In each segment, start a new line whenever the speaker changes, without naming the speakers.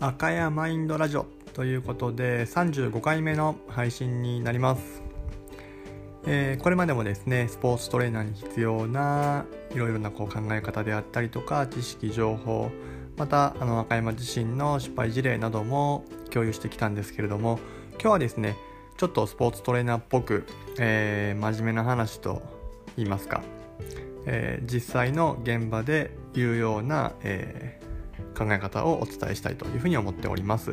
赤谷マインドラジオということで35回目の配信になります。これまでもですね、スポーツトレーナーに必要ないろいろな考え方であったりとか知識情報、また赤山自身の失敗事例なども共有してきたんですけれども、今日はですねちょっとスポーツトレーナーっぽく、真面目な話と言いますか、実際の現場で言うような、考え方をお伝えしたいというふうに思っております。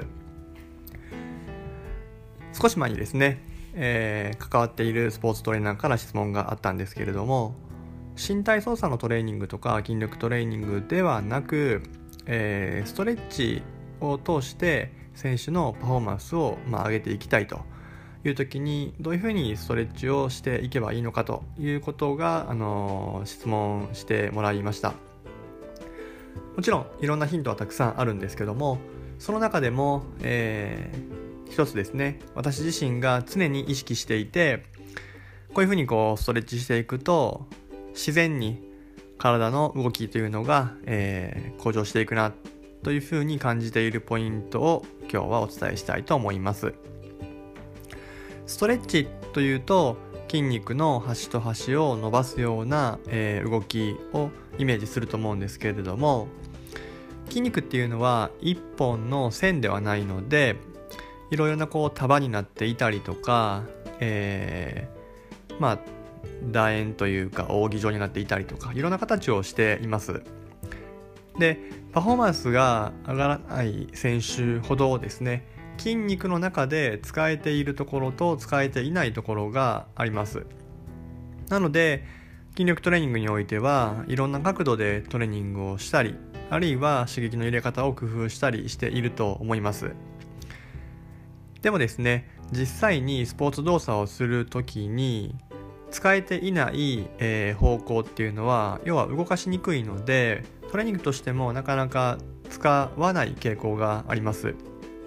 少し前にですね、関わっているスポーツトレーナーから質問があったんですけれども、身体操作のトレーニングとか筋力トレーニングではなく、ストレッチを通して選手のパフォーマンスを上げていきたいという時にどういうふうにストレッチをしていけばいいのかということが、質問してもらいました。もちろんいろんなヒントはたくさんあるんですけども、その中でも、一つですね、私自身が常に意識していて、こういうふうにストレッチしていくと自然に体の動きというのが、向上していくなというふうに感じているポイントを今日はお伝えしたいと思います。ストレッチというと筋肉の端と端を伸ばすような、動きをイメージすると思うんですけれども、筋肉っていうのは一本の線ではないので、いろいろな束になっていたりとか、楕円というか扇状になっていたりとか、いろんな形をしています。で、パフォーマンスが上がらない選手ほどですね、筋肉の中で使えているところと使えていないところがあります。なので筋力トレーニングにおいてはいろんな角度でトレーニングをしたり、あるいは刺激の入れ方を工夫したりしていると思います。でもですね、実際にスポーツ動作をするときに使えていない、方向っていうのは要は動かしにくいので、トレーニングとしてもなかなか使わない傾向があります。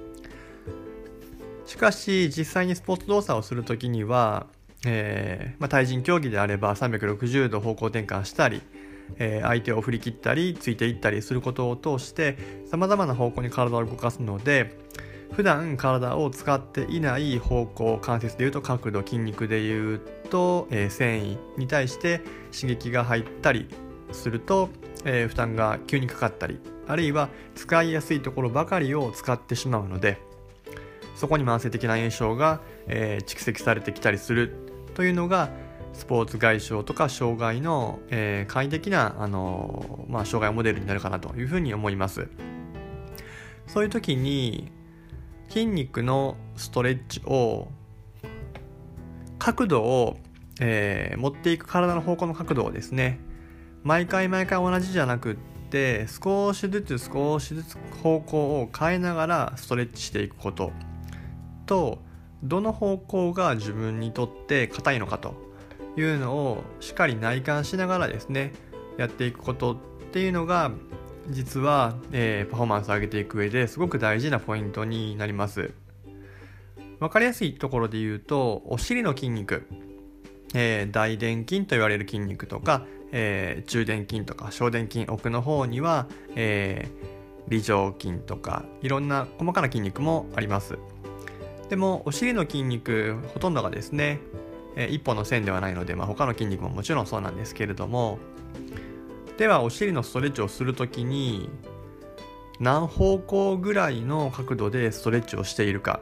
しかし実際にスポーツ動作をするときには、対人競技であれば360度方向転換したり、相手を振り切ったりついていったりすることを通して様々な方向に体を動かすので、普段体を使っていない方向、関節でいうと角度、筋肉でいうと、繊維に対して刺激が入ったりすると、負担が急にかかったり、あるいは使いやすいところばかりを使ってしまうので、そこに慢性的な炎症が、蓄積されてきたりするというのがスポーツ外傷とか障害の、簡易的な障害モデルになるかなというふうに思います。そういう時に筋肉のストレッチを角度を、持っていく体の方向の角度をですね、毎回同じじゃなくって少しずつ方向を変えながらストレッチしていくことと、どの方向が自分にとって硬いのかというのをしっかり内観しながらですねやっていくことっていうのが実は、パフォーマンスを上げていく上ですごく大事なポイントになります。わかりやすいところで言うと、お尻の筋肉、大臀筋と言われる筋肉とか、中殿筋とか小殿筋、奥の方には、梨状筋とかいろんな細かな筋肉もあります。でもお尻の筋肉ほとんどがですね、一本の線ではないので、他の筋肉ももちろんそうなんですけれども、ではお尻のストレッチをするときに何方向ぐらいの角度でストレッチをしているか、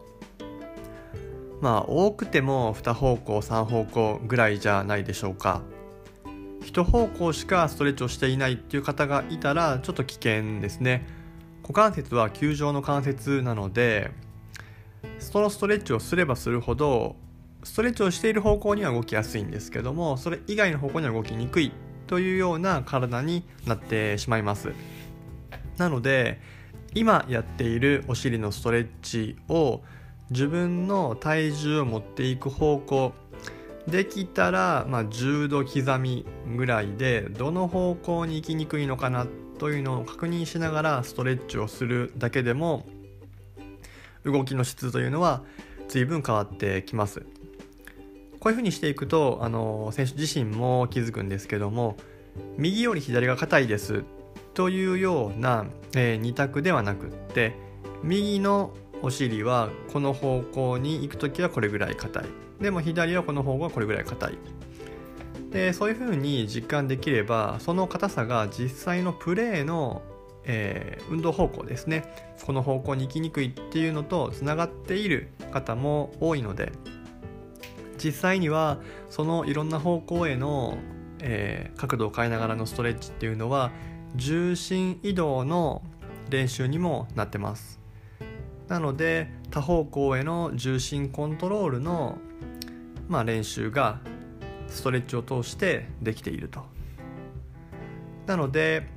多くても2方向3方向ぐらいじゃないでしょうか。1方向しかストレッチをしていないっていう方がいたらちょっと危険ですね。股関節は球状の関節なので、そのストレッチをすればするほどストレッチをしている方向には動きやすいんですけども、それ以外の方向には動きにくいというような体になってしまいます。なので今やっているお尻のストレッチを自分の体重を持っていく方向できたら、10度刻みぐらいでどの方向に行きにくいのかなというのを確認しながらストレッチをするだけでも動きの質というのは随分変わってきます。こういう風にしていくと選手自身も気づくんですけども、右より左が硬いですというような、2択ではなくって、 右のお尻はこの方向に行くときはこれぐらい硬い、でも左はこの方向はこれぐらい硬い。でそういう風に実感できれば、その硬さが実際のプレーの、運動方向ですね、この方向に行きにくいっていうのとつながっている方も多いので、実際にはそのいろんな方向への、角度を変えながらのストレッチっていうのは重心移動の練習にもなってます。なので多方向への重心コントロールの、練習がストレッチを通してできていると。なので、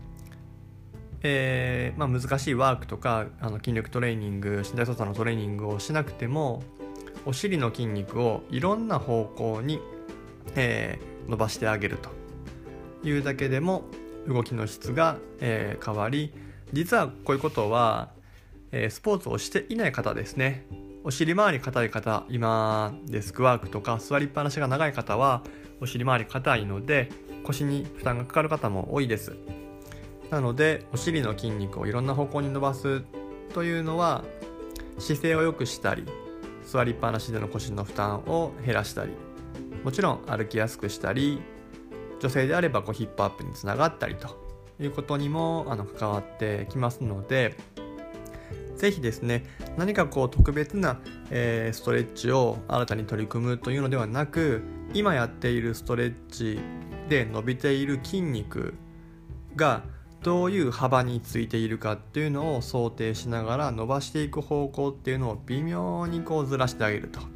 難しいワークとか筋力トレーニング、身体操作のトレーニングをしなくても、お尻の筋肉をいろんな方向に、伸ばしてあげるというだけでも動きの質が、変わり、実はこういうことは、スポーツをしていない方ですね、お尻周り硬い方、今デスクワークとか座りっぱなしが長い方はお尻周り硬いので腰に負担がかかる方も多いです。なのでお尻の筋肉をいろんな方向に伸ばすというのは、姿勢を良くしたり、座りっぱなしでの腰の負担を減らしたり、もちろん歩きやすくしたり、女性であればヒップアップにつながったりということにも関わってきますので、ぜひですね、何か特別な、ストレッチを新たに取り組むというのではなく、今やっているストレッチで伸びている筋肉がどういう幅についているかっていうのを想定しながら伸ばしていく方向っていうのを微妙にずらしてあげると。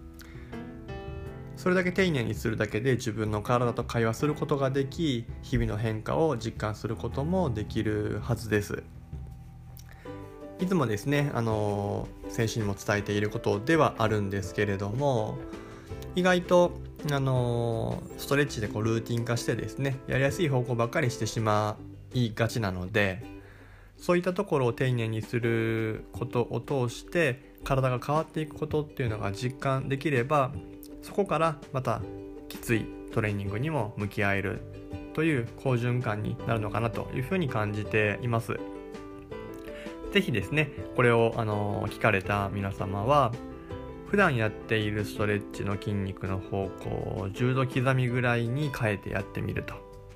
それだけ丁寧にするだけで自分の体と会話することができ、日々の変化を実感することもできるはずです。いつもですね、先週にも伝えていることではあるんですけれども、意外とストレッチでルーティン化してですね、やりやすい方向ばっかりしてしまいがちなので、そういったところを丁寧にすることを通して体が変わっていくことっていうのが実感できれば、そこからまたきついトレーニングにも向き合えるという好循環になるのかなというふうに感じています。ぜひですね、これを聞かれた皆様は、普段やっているストレッチの筋肉の方向を10度刻みぐらいに変えてやってみると。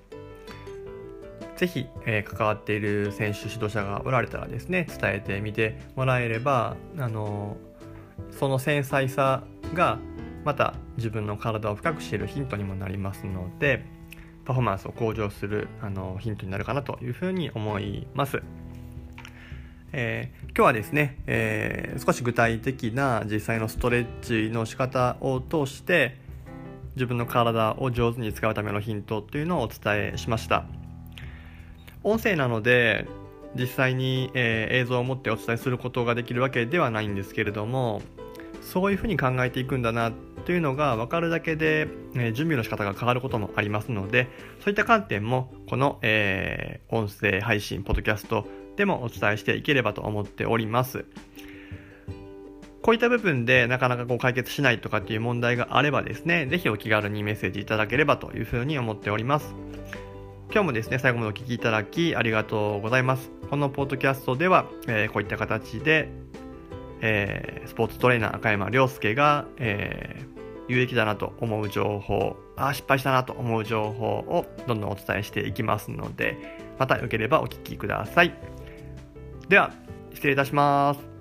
ぜひ、関わっている選手指導者がおられたらですね、伝えてみてもらえれば、その繊細さがまた自分の体を深く知るヒントにもなりますので、パフォーマンスを向上するヒントになるかなというふうに思います。今日はですね、少し具体的な実際のストレッチの仕方を通して自分の体を上手に使うためのヒントというのをお伝えしました。音声なので実際に、映像を持ってお伝えすることができるわけではないんですけれども、そういうふうに考えていくんだなというのが分かるだけで、準備の仕方が変わることもありますので、そういった観点もこの、音声配信ポッドキャストでもお伝えしていければと思っております。こういった部分でなかなか解決しないとかっていう問題があればですね、ぜひお気軽にメッセージいただければというふうに思っております。今日もですね、最後までお聞きいただきありがとうございます。このポッドキャストでは、こういった形で、スポーツトレーナー赤山亮介が、有益だなと思う情報、失敗したなと思う情報をどんどんお伝えしていきますので、またよければお聞きください。では失礼いたします。